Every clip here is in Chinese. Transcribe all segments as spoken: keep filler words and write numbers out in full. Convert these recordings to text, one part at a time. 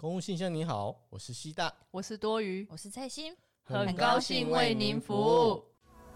公务信箱你好，我是西大， 我是多余， 我是蔡心， 很高兴为您服务。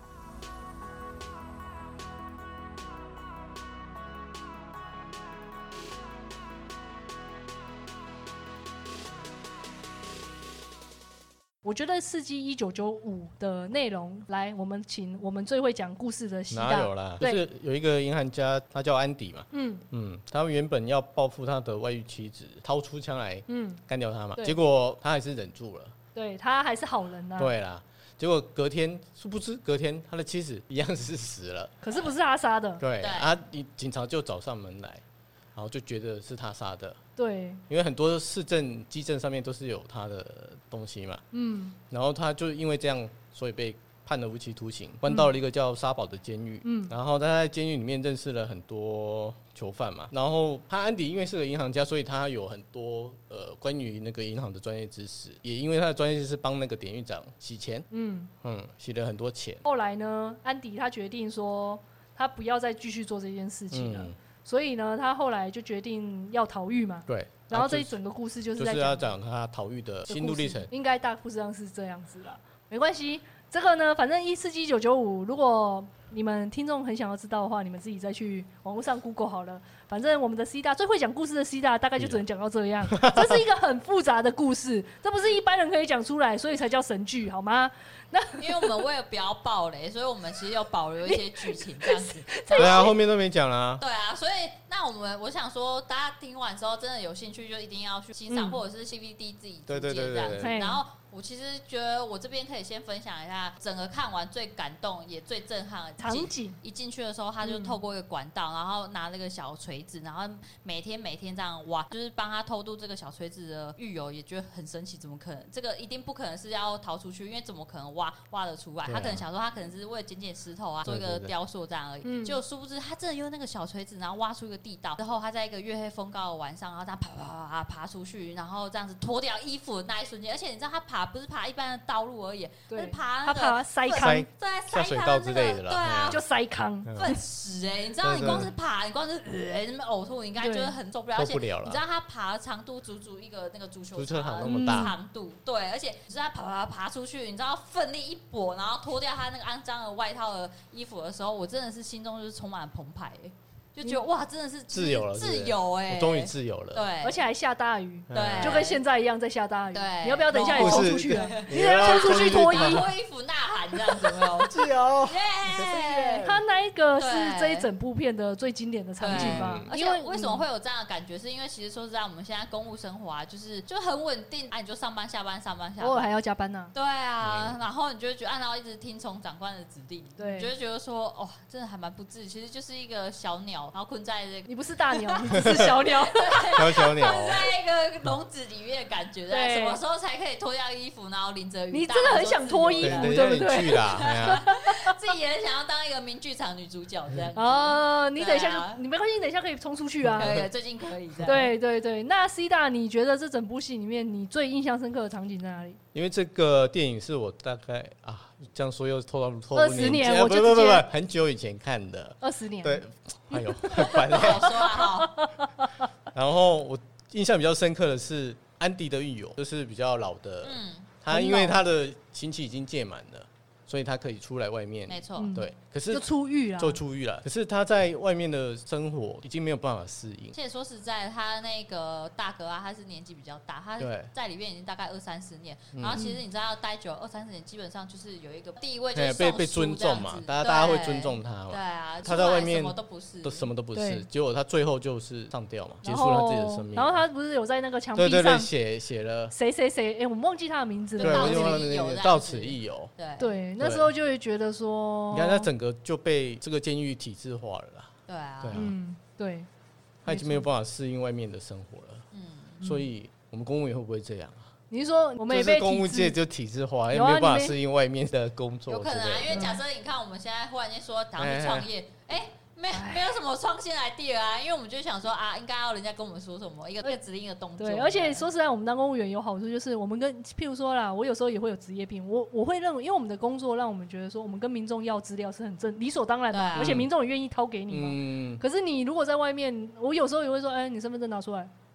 我觉得《刺激一九九五》的内容，来，我们请我们最会讲故事的西大。 哪有啦？就是有一个银行家，他叫安迪嘛。 嗯嗯，他原本要报复他的外遇妻子，掏出枪来嗯， 干掉他嘛。 对结果他还是忍住了。 对他还是好人啊。 对啦，结果隔天，殊不知隔天他的妻子一样是死了。 可是不是他杀的。 对， 对啊，警察就找上门来，然后就觉得是他杀的。 对， 因为很多市政、基政上面都是有他的东西嘛， 嗯然后他就因为这样，所以被判了无期徒刑，关到了一个叫沙堡的监狱。 嗯然后他在监狱里面认识了很多囚犯嘛。然后他安迪因为是个银行家，所以他有很多呃关于那个银行的专业知识，也因为他的专业知识帮那个典狱长洗钱， 嗯。 嗯，洗了很多钱。 后来呢，安迪他决定说，他不要再继续做这件事情了。 嗯， 所以呢，他后来就决定要逃狱嘛。 对。 然后这一整个故事就是在就是要讲他逃狱的心路历程。 应该大故事上是这样子啦，没关系。这个呢，反正一刺激一九九五，如果你们听众很想要知道的话，你们自己再去网络上 Google 好了。反正我们的 C 大最会讲故事的 C 大，大概就只能讲到这样。这是一个很复杂的故事，这不是一般人可以讲出来，所以才叫神剧，好吗？那因为我们为了不要爆雷，所以我们其实有保留一些剧情这样子。 对啊，后面都没讲啦。 对啊，所以那我们我想说，大家听完之后真的有兴趣，就一定要去欣赏， 嗯或者是 C V D 自己对对租借这样子。 对对对然后我其实觉得我这边可以先分享一下整个看完最感动也最震撼的场景， 一进去的时候，他就透过一个管道，然后拿了个小锤子，然后每天每天这样挖，就是帮他偷渡这个小锤子的狱友也觉得很神奇，怎么可能？这个一定不可能是要逃出去，因为怎么可能挖挖得出来？ 啊、 他可能想说他可能只是为了捡捡石头啊，做一个雕塑这样而已。 嗯结果殊不知他真的用那个小锤子，然后挖出一个地道，之后他在一个月黑风高的晚上，然后这样爬爬爬爬爬出去，然后这样子脱掉衣服的那一瞬间，而且你知道他爬不是爬一般的道路而已，他是爬他爬塞康， 对， 下水道之类的啦。 对啊， 就塞康， 粪屎哎！你知道你光是爬，你光是呃那么呕吐，你应该觉得很受不了，而且你知道他爬的长度足足一个那个足球场那么大长度，对，而且你知道他爬爬爬出去，你知道奋力一搏，然后脱掉他那个肮脏的外套的衣服的时候，我真的是心中就是充满了澎湃哎。就觉得哇，真的是自由了， 自由哎、欸， 我终于自由了。 对， 而且还下大雨， 对， 就跟现在一样在下大雨。 对， 你要不要等一下也冲出去啊？ 你要冲出去脱衣， 脱衣服呐喊这样子没有？ 自由， 耶！ 他那一个是这一整部片的最经典的场景吧？ 而且为什么会有这样的感觉？是因为其实说实在，我们现在公务生活啊，就是就很稳定啊，你就上班下班上班下班， 偶尔还要加班呢、啊。 对啊，然后你就会觉得按照一直听从长官的指令， 对， 你就会觉得说哦，真的还蛮不智，其实就是一个小鸟，然后困在这个。 你不是大鸟，你只是小鸟。 小小鸟， 困在一个笼子里面的感觉。对，什么时候才可以脱掉衣服，然后淋着雨？ 你真的很想脱衣服，对不对？ 啦， 自己也很想要当一个名剧场女主角这样。 哦，你等一下就，你没关系，你等一下可以冲出去啊。 可以，最近可以。 对对对，那 C 大，你觉得这整部戏里面你最印象深刻的场景在哪里？ 因为这个电影是我大概啊，这样说又透露透露二十年，我不不不不，很久以前看的。 二十年。 对，哎呦，烦了。 好说啊，好。 然后我印象比较深刻的是安迪的狱友，就是比较老的，嗯，他因为他的刑期已经届满了，所以他可以出来外面， 没错， 对。可是就出狱了， 就出狱了。可是他在外面的生活已经没有办法适应。 而且说实在，他那个大哥啊，他是年纪比较大，他在里面已经大概二三十年。然后其实你知道要待久二三十年，基本上就是有一个地位就是被被尊重嘛，大家大家会尊重他嘛。 对啊， 他在外面什么都不是， 都什么都不是。结果他最后就是上吊嘛，结束了他自己的生命。 然后他不是有在那个墙壁上对对对写写了谁谁谁，哎，我忘记他的名字了。 对，我就忘了到此一游。 对对，那时候就会觉得说， 你看他整个就被这个监狱体制化了啦。 对啊， 对啊， 嗯，对， 他已经没有办法适应外面的生活了。嗯，所以我们公务员会不会这样啊？ 你是说我们也被公务界就体制化，也没有办法适应外面的工作？ 有可能啊，因为假设你看我们现在忽然间说想要去创业，哎。没没有什么创新 idea 啊，因为我们就想说啊，应该要人家跟我们说什么，一个一个指令一个动作。 对，而且说实在，我们当公务员有好处，就是我们跟譬如说啦，我有时候也会有职业病，我我会认为，因为我们的工作让我们觉得说，我们跟民众要资料是很正理所当然的， 啊、 而且民众也愿意掏给你嘛。嗯。可是你如果在外面，我有时候也会说，哎、欸，你身份证拿出来。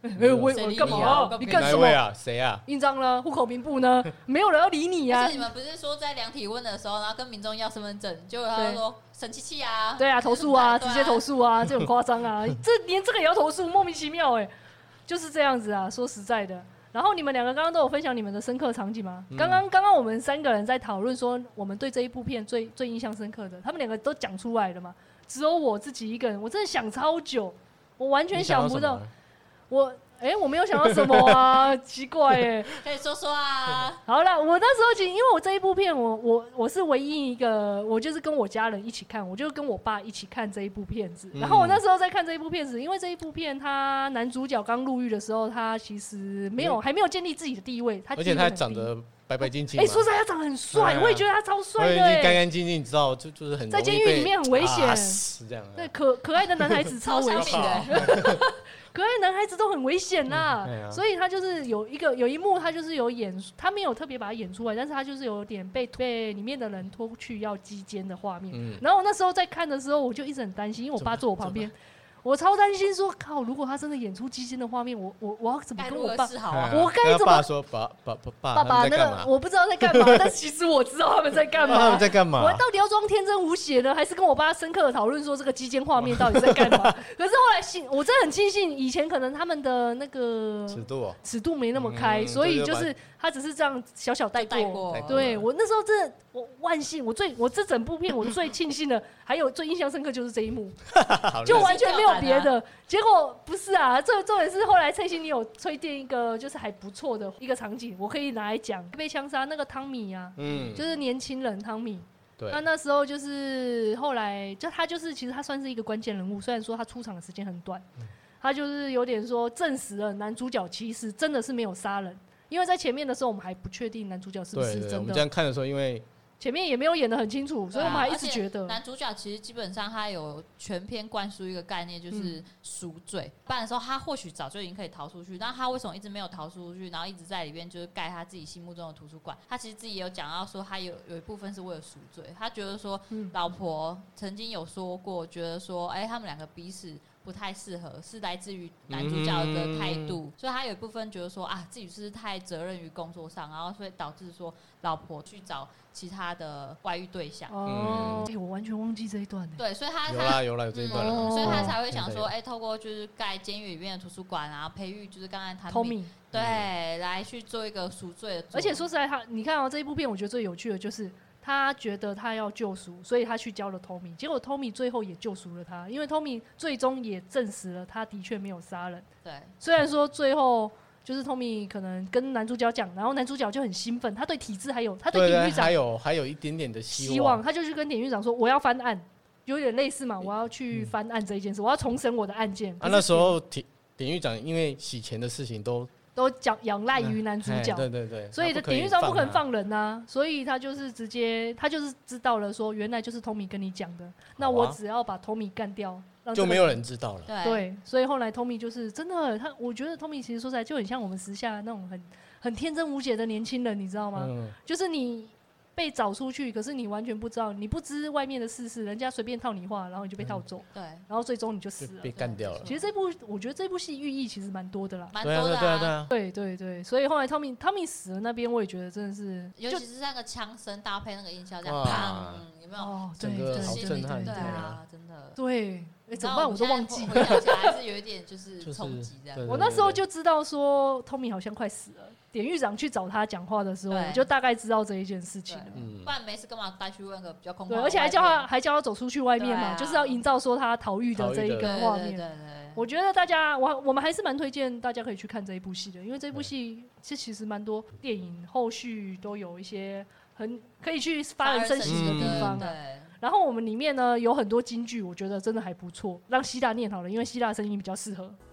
哎，我我干嘛？你干什么啊？谁啊？ 印章呢？户口名簿呢？没有人要理你啊！ 而且你们不是说在量体温的时候，然后跟民众要身份证，结果他说神气气啊， 对啊，投诉啊，直接投诉啊，这很夸张啊！这连这个也要投诉，莫名其妙哎，就是这样子啊。说实在的，然后你们两个刚刚都有分享你们的深刻场景吗？刚刚刚刚我们三个人在讨论说，我们对这一部片最最印象深刻的，他们两个都讲出来了嘛？只有我自己一个人，我真的想超久，我完全想不到，我。哎、欸，我没有想到什么啊，奇怪哎、欸， 可以说说啊。 好了，我那时候其实因为我这一部片，我我我是唯一一个，我就是跟我家人一起看，我就跟我爸一起看这一部片子。嗯、然后我那时候在看这一部片子，因为这一部片他男主角刚入狱的时候，他其实没有、嗯、还没有建立自己的地位，他而且他长得白白净净。 哎、欸，说实在，他长得很帅、啊，我也觉得他超帅的、 欸，干干净净，你知道，就就是很在监狱里面很危险， 是这样。 对，可可爱的男孩子超危险的。可爱男孩子都很危险啦、嗯啊，所以他就是有一个有一幕，他就是有演，他没有特别把它演出来，但是他就是有点被被里面的人拖去要击奸的画面、嗯。然后我那时候在看的时候，我就一直很担心，因为我爸坐我旁边，我超担心说，靠，如果他真的演出击奸的画面，我我我要怎么跟我爸？ 啊、 我该怎么？ 爸说爸爸爸爸爸那个我不知道在干嘛，但其实我知道他们在干嘛。 他们在干嘛？ 我到底要装天真无邪呢，还是跟我爸深刻的讨论说这个击奸画面到底在干嘛？可是后来信，我真的很庆幸，以前可能他们的那个尺度、哦、 尺度没那么开、嗯，所以就是他只是这样小小带过。 过对我那时候真的，我万幸，我最我这整部片我最庆幸的，还有最印象深刻就是这一幕，就完全没有别的。结果不是啊，这重点是后来蔡心你有推荐一个就是还不错的一个场景，我可以拿来讲被枪杀那个汤米啊，嗯，就是年轻人汤米。那那时候就是后来就他就是其实他算是一个关键人物，虽然说他出场的时间很短，嗯、他就是有点说证实了男主角其实真的是没有杀人，因为在前面的时候我们还不确定男主角是不是真的。 对对对，我们这样看的时候，因为前面也没有演得很清楚，所以我们还一直觉得、 啊、男主角其实基本上他有全篇灌输一个概念，就是赎罪。不然的时候他或许早就已经可以逃出去，但他为什么一直没有逃出去，然后一直在里面就是盖他自己心目中的图书馆？他其实自己也有讲到说，他有有一部分是为了赎罪。他觉得说，老婆曾经有说过，觉得说，哎、欸，他们两个彼此不太适合，是来自于男主角的态度、嗯，所以他有一部分觉得说啊，自己是太责任于工作上，然后所以导致说老婆去找其他的外遇对象。 哦，哎、欸，我完全忘记这一段呢。 对，所以他有啦有啦有这一段了、 嗯，所以他才会想说，哎、欸，透过就是盖监狱里面的图书馆，然后培育就是刚才他 Tommy 对、嗯、来去做一个赎罪的。 而且说实在，他你看哦，这一部片我觉得最有趣的就是。他觉得他要救赎，所以他去教了 Tommy， 结果 Tommy 最后也救赎了他，因为 Tommy 最终也证实了他的确没有杀人。 对， 虽然说最后就是 Tommy 可能跟男主角讲，然后男主角就很兴奋，他对体制还有他对典狱长还有还有一点点的希望， 希望他就去跟典狱长说我要翻案，有点类似嘛，我要去翻案这一件事，我要重审我的案件。 啊，那时候典典狱长因为洗钱的事情都。 都讲仰赖于男主角、嗯， 对对对， 所以的典狱长不可能放人啊，所以他就是直接，他就是知道了说，原来就是 Tommy 跟你讲的，那我只要把 Tommy 干掉， 啊、就没有人知道了。 对，对所以后来 Tommy 就是真的，他我觉得 Tommy 其实说起来就很像我们时下那种很很天真无邪的年轻人，你知道吗？嗯、就是你。被找出去，可是你完全不知道，你不知外面的世事，人家随便套你话，然后你就被套走， 对、 嗯，然后最终你就死了， 被干掉了。 其实这部，我覺得這部戲寓意其實蠻多的啦， 蠻多的、啊， 對啊，對啊， 對對對，所以後來湯米湯米死了那邊，我也覺得真的是， 尤其是那個槍聲搭配那個音效，這樣砰，有沒有？ 哦， 整個好震撼， 對啊，真的。 對，哎，怎麼辦？我都忘記。 回想起來還是有一點就是衝擊這樣。 我那時候就知道說湯米好像快死了。典狱長去找他講話的時候，我就大概知道這一件事情了。 不然沒事幹嘛帶去問個比較空曠？ 對，而且還叫他還叫他走出去外面嘛，啊、就是要營造說他逃獄的這一個畫面。對對對對，我覺得大家我我們還是蠻推薦大家可以去看這一部戲的，因為這部戲其實蠻多電影後續都有一些很可以去發人深省的地方啊。然後我們裡面呢有很多金句，我覺得真的還不錯。讓希大念好了，因為希大的聲音比較適合。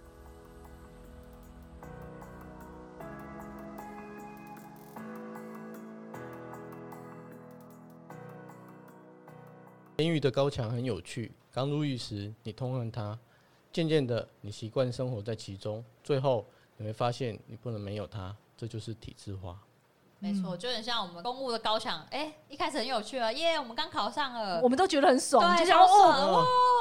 监狱的高墙很有趣，刚入狱时你痛恨它，渐渐的你习惯生活在其中，最后你会发现你不能没有它，这就是体制化。 没错，就很像我们公务的高墙，哎、欸，一开始很有趣啊，耶、yeah, ，我们刚考上了， 我们都觉得很爽， 对， 就想爽哦，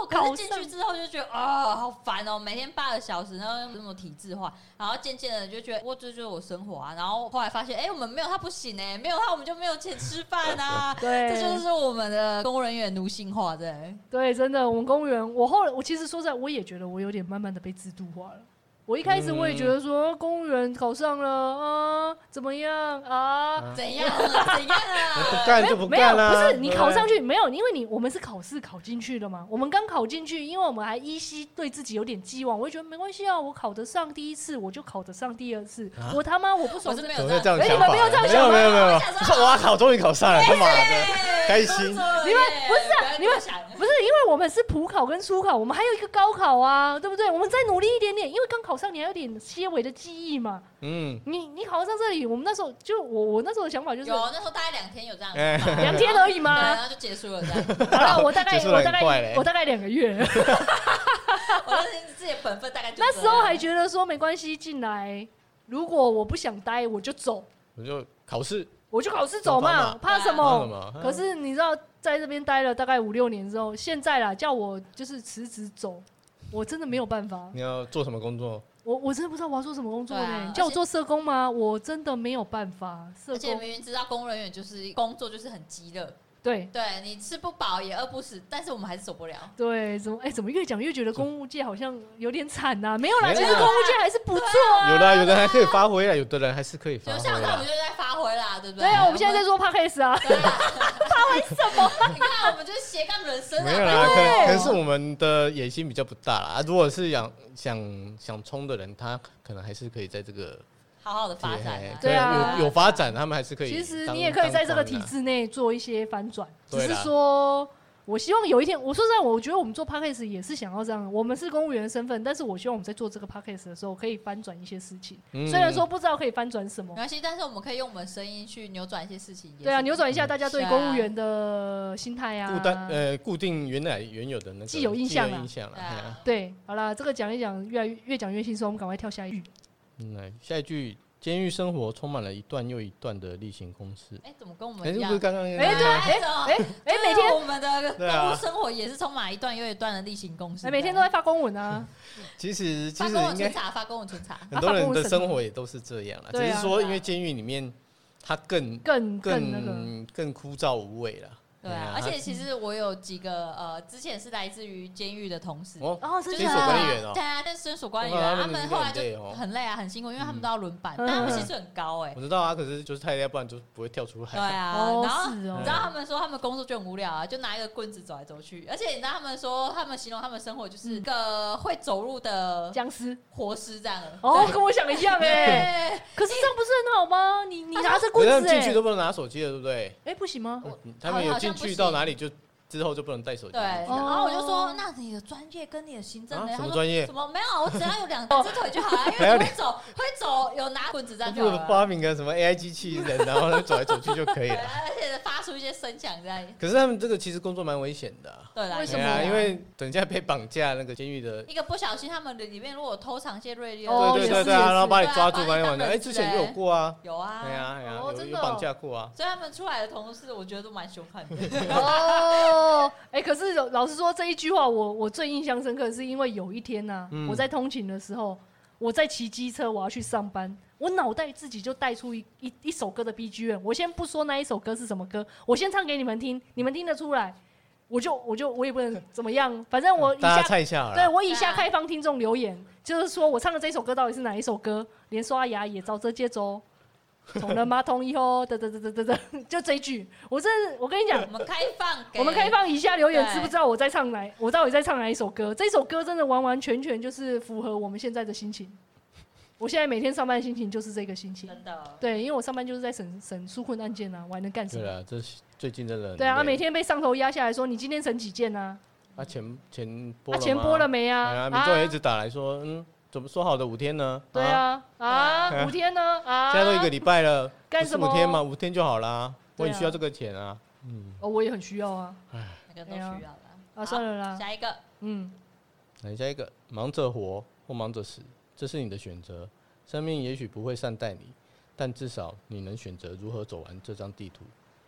可是进去之后就觉得啊、哦，好烦哦，每天八个小时，然后那么体制化，然后渐渐的就觉得，哇，这就是我生活啊。然后后来发现，哎、欸，我们没有他不行哎、欸，没有他我们就没有钱吃饭啊。 对， 这就是我们的公务人员奴性化，对。 对，真的，我们公务员，我后来我其实说实在，我也觉得我有点慢慢的被制度化了。我一开始我也觉得说，公务员考上了啊，怎么样啊？ 怎样怎样啊？ 不干就不干啦。 不是你考上去没有，因为你我们是考试考进去的嘛。我们刚考进去，因为我们还依稀对自己有点寄望，我就觉得没关系啊，我考得上第一次，我就考得上第二次。啊、我他妈我不爽， 我是没有这样想法。哎，你们没有这样想吗？ 没有没有没有。哇靠，终于考上了，他妈的，开心！ 你们不是啊？你们不是因为我们是普考跟初考，我们还有一个高考啊，对不对？我们再努力一点点，因为刚考上你还有点些微的记忆嘛。嗯，你你考上这里，我们那时候就我我那时候的想法就是， 有那时候大概两天有这样， 两天而已嘛， 然后就结束了这样。 好了，我大概我大概我大概两个月。 我当时自己的本分大概就那时候还觉得说没关系，进来如果我不想待，我就走， 我就考试。 我就考试走嘛，怕什么？ 啊、 可是你知道，在这边待了大概五六年之后，现在啦，叫我就是辞职走，我真的没有办法。 你要做什么工作？ 我我真的不知道我要做什么工作呢、 啊。 叫我做社工吗？我真的没有办法。社工， 而且明明知道公务人员就是工作就是很鸡肋。 对， 对你吃不饱也饿不死，但是我们还是走不了。 对，怎么哎、欸，怎么越讲越觉得公务界好像有点惨呐、啊？没有啦，其实公务界还是不错啊。 有的，有的还可以发挥啦，有的人还是可以发挥。 就像我们就在发挥啦，对不对？ 对啊，我们现在在做 podcast 啊。发挥什么？ 你看，我们就是斜杠人生、啊。 没有啦，可能可能是我们的野心比较不大啦。如果是想想想冲的人，他可能还是可以在这个。 好好的发展、啊， 对啊， 有有发展，他们还是可以。 其实你也可以在这个体制内做一些反转，只是说，我希望有一天，我说实在，我觉得我们做 podcast 也是想要这样。我们是公务员的身份，但是我希望我们在做这个 podcast 的时候，可以翻转一些事情。嗯、虽然说不知道可以翻转什么， 没关系，但是我们可以用我们的声音去扭转一些事情。 对啊，扭转一下大家对公务员的心态啊， 固定呃固定原来原有的那个既有印象啊，印象对啊， 对，好啦，这个讲一讲，越来越越讲越轻松，我们赶快跳下一句。 嗯，来下一句。监狱生活充满了一段又一段的例行公事。 哎、欸，怎么跟我们一样？ 哎、欸，不是刚刚哎，对，哎哎哎，每天我们的公务生活也是充满一段又一段的例行公事。 哎、欸，每天都在发公文啊。 其实其实应该发公文存查， 很多人的生活也都是这样啦，只是说因为监狱里面它更更更那个更枯燥无味啦。 对啊，而且其实我有几个呃，之前是来自于监狱的同事， 哦， 监所管理员哦， 对啊，但是监所管理员，他们后来就很累啊，很辛苦，因为他们都要轮班，但他们薪水很高哎。 我知道啊，可是就是太累，不然就不会跳出来。 对啊，然后你知道他们说他们工作就很无聊啊，就拿一个棍子走来走去，而且你知道他们说他们形容他们生活就是一个会走路的僵尸、 活尸这样。 哦，跟我想的一样哎。可是这样不是很好吗？你你拿着棍子， 进去都不能拿手机了，对不对？ 哎，不行吗？ 他们有进去到哪里就。之后就不能带手机。 对，然后我就说，那你的专业跟你的行政呢？ 什么专业？ 什么没有？我只要有两只腿就好了，因为会走，会走，有拿棍子这样就好了。 发明个什么 A I 机器人，然后走来走去就可以了。 而且发出一些声响这样。 可是他们这个其实工作蛮危险的。 对啦， 为什么？ 因为等一下被绑架，那个监狱的一个不小心，他们的里面如果偷藏些锐利， 对对对对啊，然后把你抓住，把你绑架。哎，之前就有过啊。 有啊。 对啊，有有绑架过啊。 所以他们出来的同事，我觉得都蛮凶悍的。 哦，哎，可是。是老实说，这一句话我我最印象深刻，是因为有一天呢、啊嗯，我在通勤的时候，我在骑机车，我要去上班，我脑袋自己就带出一一一首歌的 B G M。我先不说那一首歌是什么歌，我先唱给你们听，你们听得出来，我就我就我也不能怎么样，反正我以下大家猜一下， 对我以下开放听众留言，就是说我唱的这首歌到底是哪一首歌？连刷牙也照这节奏。从了马桶以后，得得得得得得，就这一句，我真的，我跟你讲， 我们开放， 我们开放以下留言，知不知道我在唱哪？我到底在唱哪一首歌？这首歌真的完完全全就是符合我们现在的心情。我现在每天上班的心情就是这个心情， 真的。 对，因为我上班就是在审审纾困案件啊，我还能干什么？ 对啊，这最近真的。 对啊，每天被上头压下来说，你今天审几件啊？ 啊，钱钱拨了吗？ 啊，钱拨了没啊？ 啊，民众也一直打来说，嗯。怎么说好的五天呢？ 对啊，啊，啊五天呢？啊， 现在都一个礼拜了， 干什么？ 五天嘛，五天就好啦。我很需要这个钱啊。 嗯，哦，我也很需要啊。 每个都需要啦。 啊，算了啦。 下一个， 嗯， 来下一个，忙着活或忙着死，这是你的选择。生命也许不会善待你，但至少你能选择如何走完这张地图。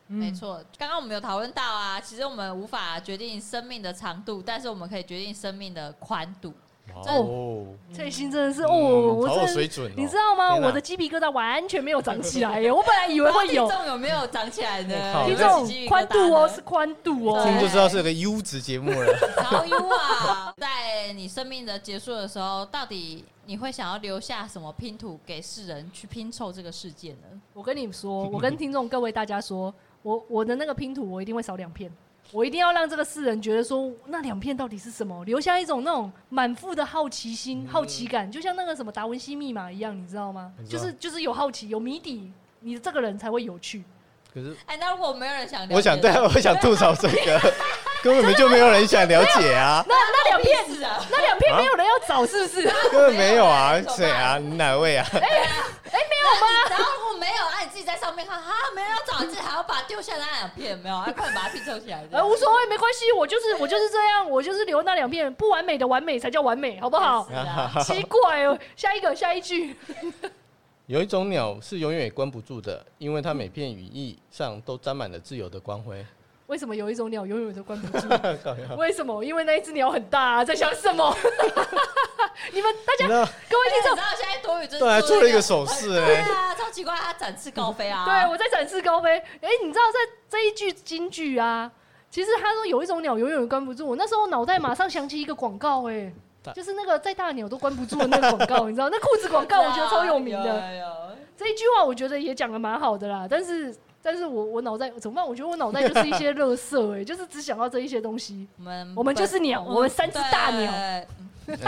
没错，刚刚我们有讨论到啊，其实我们无法决定生命的长度，但是我们可以决定生命的宽度。 哦， 翠心真的是哦， 嗯好有我真的水准哦， 你知道吗？ 天哪我的鸡皮疙瘩完全没有长起来耶，我本来以为会有体。重有没有长起来呢？ 好体有没有重起鸡皮疙瘩宽度哦， 呢是宽度哦。 听就知道是个优质节目了。 超优啊！在你生命的结束的时候，到底你会想要留下什么拼图给世人去拼凑这个世界呢？ 我跟你说，我跟听众各位大家说，我我的那个拼图我一定会少两片，我一定要让这个世人觉得说那两片到底是什么，留下一种那种满腹的好奇心、好奇感，就像那个什么达文西密码一样，你知道吗？ 知道就是就是有好奇、有谜底，你的这个人才会有趣。 可是哎，那如果没有人想了解， 我想对，我想吐槽这个，根本就没有人想了解啊， 那那两片， 是啊， 那两片没有人要找，是不是？ 根本没有啊，谁啊？你哪位啊？ 哎，没有吗？然后如果没有，啊，你自己在上面看，哈，没人要找，你自己还要把它丢下那两片，没有，哎，快点把它拼凑起来。 呃，无所谓，没关系，我就是我就是这样，我就是留那两片，不完美的完美才叫完美，好不好？ 是啊奇怪哦，下一个，下一句。 有一种鸟是永远也关不住的，因为它每片羽翼上都沾满了自由的光辉。 为什么有一种鸟永远都关不住？ 靠腰为什么？因为那一只鸟很大、啊，在想什么？你们大家你知道各位听众你知，道现在多语真对，还做了一个手势对哎， 啊，超奇怪，它展翅高飞啊。 对我在展翅高飞。哎、你知道在这一句金句啊，其实他说有一种鸟永远关不住，我那时候脑袋马上想起一个广告、哎，就是那个再大鸟都关不住的那个广告，你知道那裤子广告，我觉得超有名的。 有有有这一句话我觉得也讲的蛮好的啦，但是。但是我我脑袋怎么办？我觉得我脑袋就是一些垃圾哎、就是只想到这一些东西。 我们我们就是鸟，我们三只大鸟， 对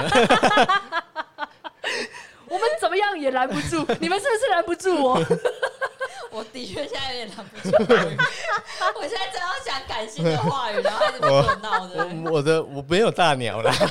我们怎么样也拦不住，你们是不是拦不住我？ 我的确现在有点拦不住，我现在真要讲感性的话语，然后一直被我闹的， 我我的我没有大鸟啦，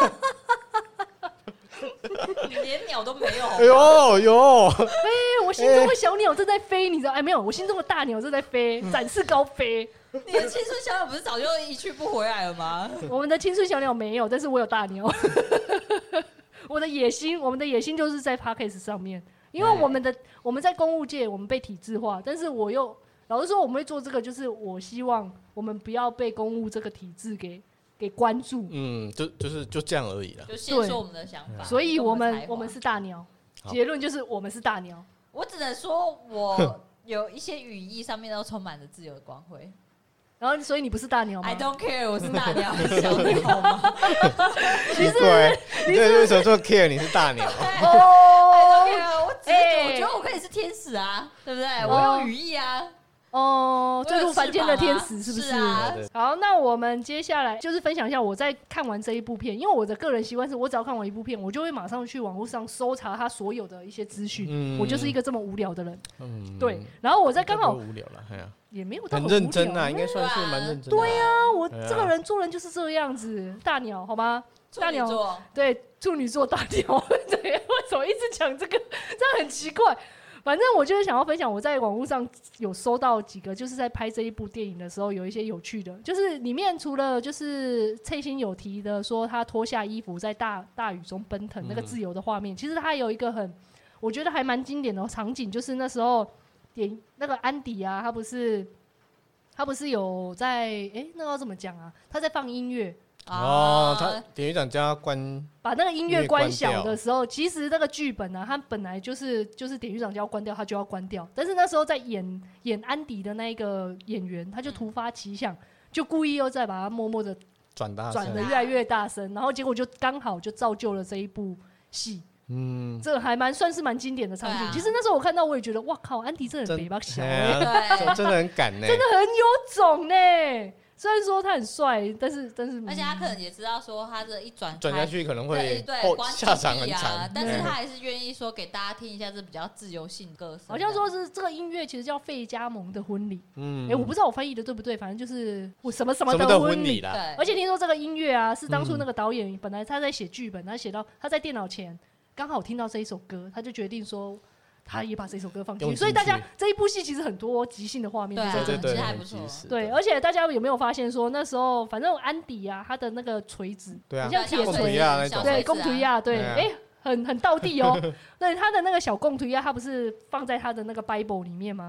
你连鸟都没有。 哎呦呦， 哎、我心中的小鸟正在飞，你知道？哎，没有，我心中的大鸟正在飞，展翅高飞。 你的青春小鸟不是早就一去不回来了吗？ 我们的青春小鸟没有，但是我有大鸟。我的野心，我们的野心就是在 Podcast 上面，因为我们的我们在公务界，我们被体制化，但是我又老实说，我们会做这个，就是我希望我们不要被公务这个体制给给关注， 嗯，就就是就这样而已啦。 就先说我们的想法， 所以我跟的才华们我们是大鸟。 好结论就是我们是大鸟。 我只能说，我有一些语义上面都充满着自由的光辉。 然后，所以你不是大鸟吗 I don't care， 我是大鸟，还是小鸟吗？ 奇怪，你对为什么这么 care？你是大鸟？ 哦 I don't care， 我只是哎我觉得我可以是天使啊，对不对？ 哦我有羽翼啊。 哦，坠入凡间的天使是不是？ 是啊对对好，那我们接下来就是分享一下我在看完这一部片，因为我的个人习惯是我只要看完一部片，我就会马上去网络上搜查它所有的一些资讯。 嗯我就是一个这么无聊的人， 嗯对。然后我在刚好不会无聊了，哎呀， 也没有到很无聊认真啊，应该算是蛮认真的。 对啊，我对啊这个人做人就是这样子，大鸟好吗？大鸟处女座， 对，处女座大鸟，对，为什么一直讲这个？这样很奇怪。反正我就是想要分享，我在网络上有收到几个，就是在拍这一部电影的时候有一些有趣的，就是里面除了就是翠心有提的说他脱下衣服在大大雨中奔腾那个自由的画面，嗯、其实他有一个很我觉得还蛮经典的场景，就是那时候点那个安迪啊，他不是他不是有在哎、欸、那要怎么讲啊？他在放音乐。 哦，他典狱长叫他关， 把那个音乐关小的时候，其实那个剧本呢、啊，他本来就是就是典狱长就要关掉，他就要关掉。但是那时候在演演安迪的那一个演员，他就突发奇想，就故意又再把它默默的转大转的越来越大声，然后结果就刚好就造就了这一部戏。嗯，这个还蛮算是蛮经典的场景。啊、其实那时候我看到，我也觉得哇靠，安迪真的很北巴小哎， 真的很敢呢、欸， 真的很有种呢、欸。虽然说他很帅，但是但是， 而且他可能也知道说他这一转转下去可能会对下场很惨， 但是他还是愿意说给大家听一下这比较自由性歌声。 好像说是这个音乐其实叫费加蒙的婚礼，嗯，哎、欸，我不知道我翻译的对不对，反正就是我什么什么的婚礼啦。 而且听说这个音乐啊，是当初那个导演本来他在写剧本，他写到他在电脑前刚好听到这一首歌，他就决定说。他也把这首歌放进去，所以大家这一部戏其实很多即兴的画面， 对对对， 其实还不错。 对，而且大家有没有发现说那时候，反正安迪啊，他的那个锤子， 对啊， 像铁锤那种， 对，贡图亚，对，哎，很很道地哦。对，他的那个小贡图亚，他不是放在他的那个 Bible 里面吗？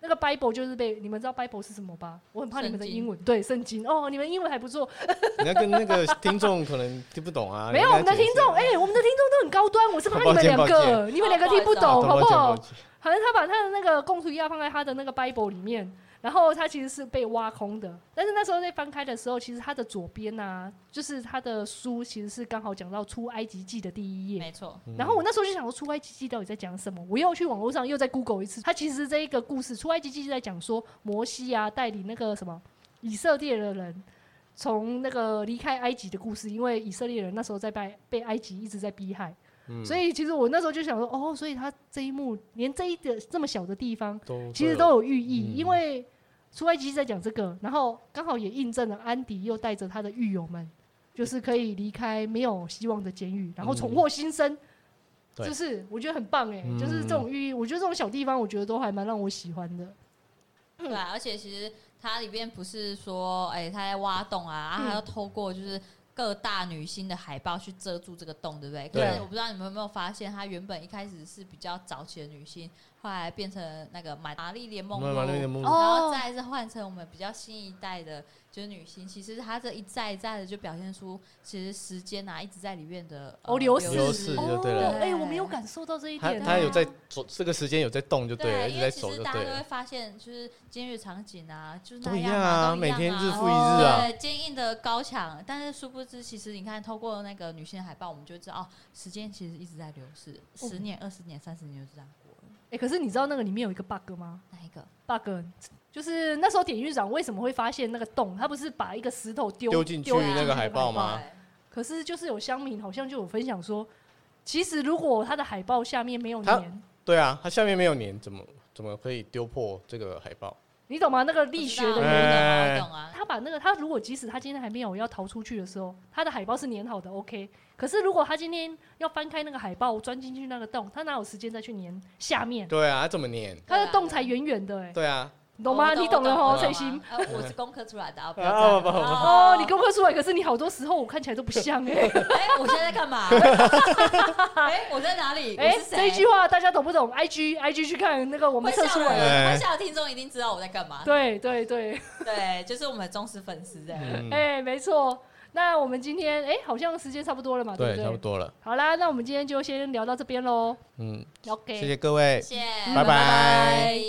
那个 Bible 就是被你们知道 Bible 是什么吧？我很怕你们的英文，对，圣经哦，你们英文还不错。 你要跟那个听众可能听不懂啊。 没有，我们的听众，哎、欸，我们的听众都很高端，我是怕你们两个，你们两个听不懂，好不好？好像他把他的那个供图要放在他的那个 Bible 里面。然后它其实是被挖空的，但是那时候在翻开的时候，其实它的左边啊，就是它的书其实是刚好讲到出埃及记的第一页， 没错。 然后我那时候就想说，出埃及记到底在讲什么？我又去网络上又再 Google 一次，它其实这一个故事，出埃及记是在讲说摩西啊带领那个什么以色列的人从那个离开埃及的故事，因为以色列人那时候在被被埃及一直在逼害。嗯、所以其实我那时候就想说，哦，所以他这一幕连这一个这么小的地方，其实都有寓意，嗯、因为出埃及记在讲这个，然后刚好也印证了安迪又带着他的狱友们，就是可以离开没有希望的监狱，然后重获新生，嗯、就是我觉得很棒哎，嗯、就是这种寓意，我觉得这种小地方，我觉得都还蛮让我喜欢的。 对啊，而且其实它里面不是说，哎、欸，他在挖洞啊，啊，他要透过就是各大女星的海报去遮住这个洞，对不对？可是我不知道你们有没有发现，她原本一开始是比较早期的女星，后来变成那个玛丽莲梦露，然后再来是换成我们比较新一代的，就是女星。其实她这一再一再的就表现出，其实时间啊一直在里面的哦流逝， 流逝就对了。 哎，我没有感受到这一点。 她有在走，这个时间有在动就对了，一直在走就对了。 因为其实大家都会发现，就是监狱场景啊，就是那样啊，每天日复一日啊， 对，坚硬的高墙。但是殊不知，其实你看，透过那个女性的海报，我们就知道，哦，时间其实一直在流逝，十年、二十年、三十年就这样过了。 哎、欸，可是你知道那个里面有一个 bug 吗？ 哪一个 bug？ 就是那时候典狱长为什么会发现那个洞？他不是把一个石头丢丢进去那个海报吗？ 可是就是有乡民好像就有分享说，其实如果他的海报下面没有粘， 对啊，他下面没有粘，怎么怎么可以丢破这个海报？ 你懂吗？那个力学的原理，懂啊。 他把那个他如果即使他今天还没有要逃出去的时候，他的海报是粘好的 ，OK。可是如果他今天要翻开那个海报，钻进去那个洞，他哪有时间再去粘下面？ 对啊，他怎么粘？ 他的洞才远远的哎、欸。 对啊。 你懂吗？你懂了吼，翠心。 呃，我是功课出来的啊，不要这样。哦，你功课出来，可是你好多时候我看起来都不像哎。 哎，我现在在干嘛？哎，我在哪里？哎， 这一句话大家懂不懂 ？I G I G 去看那个我们测出来的，会笑的听众一定知道我在干嘛。 对对对对，就是我们的忠实粉丝这样。 哎，没错。那我们今天哎，好像时间差不多了嘛，对不对？ 差不多了。 好啦，那我们今天就先聊到这边喽。嗯 ，OK， 谢谢各位， 谢谢， 拜拜。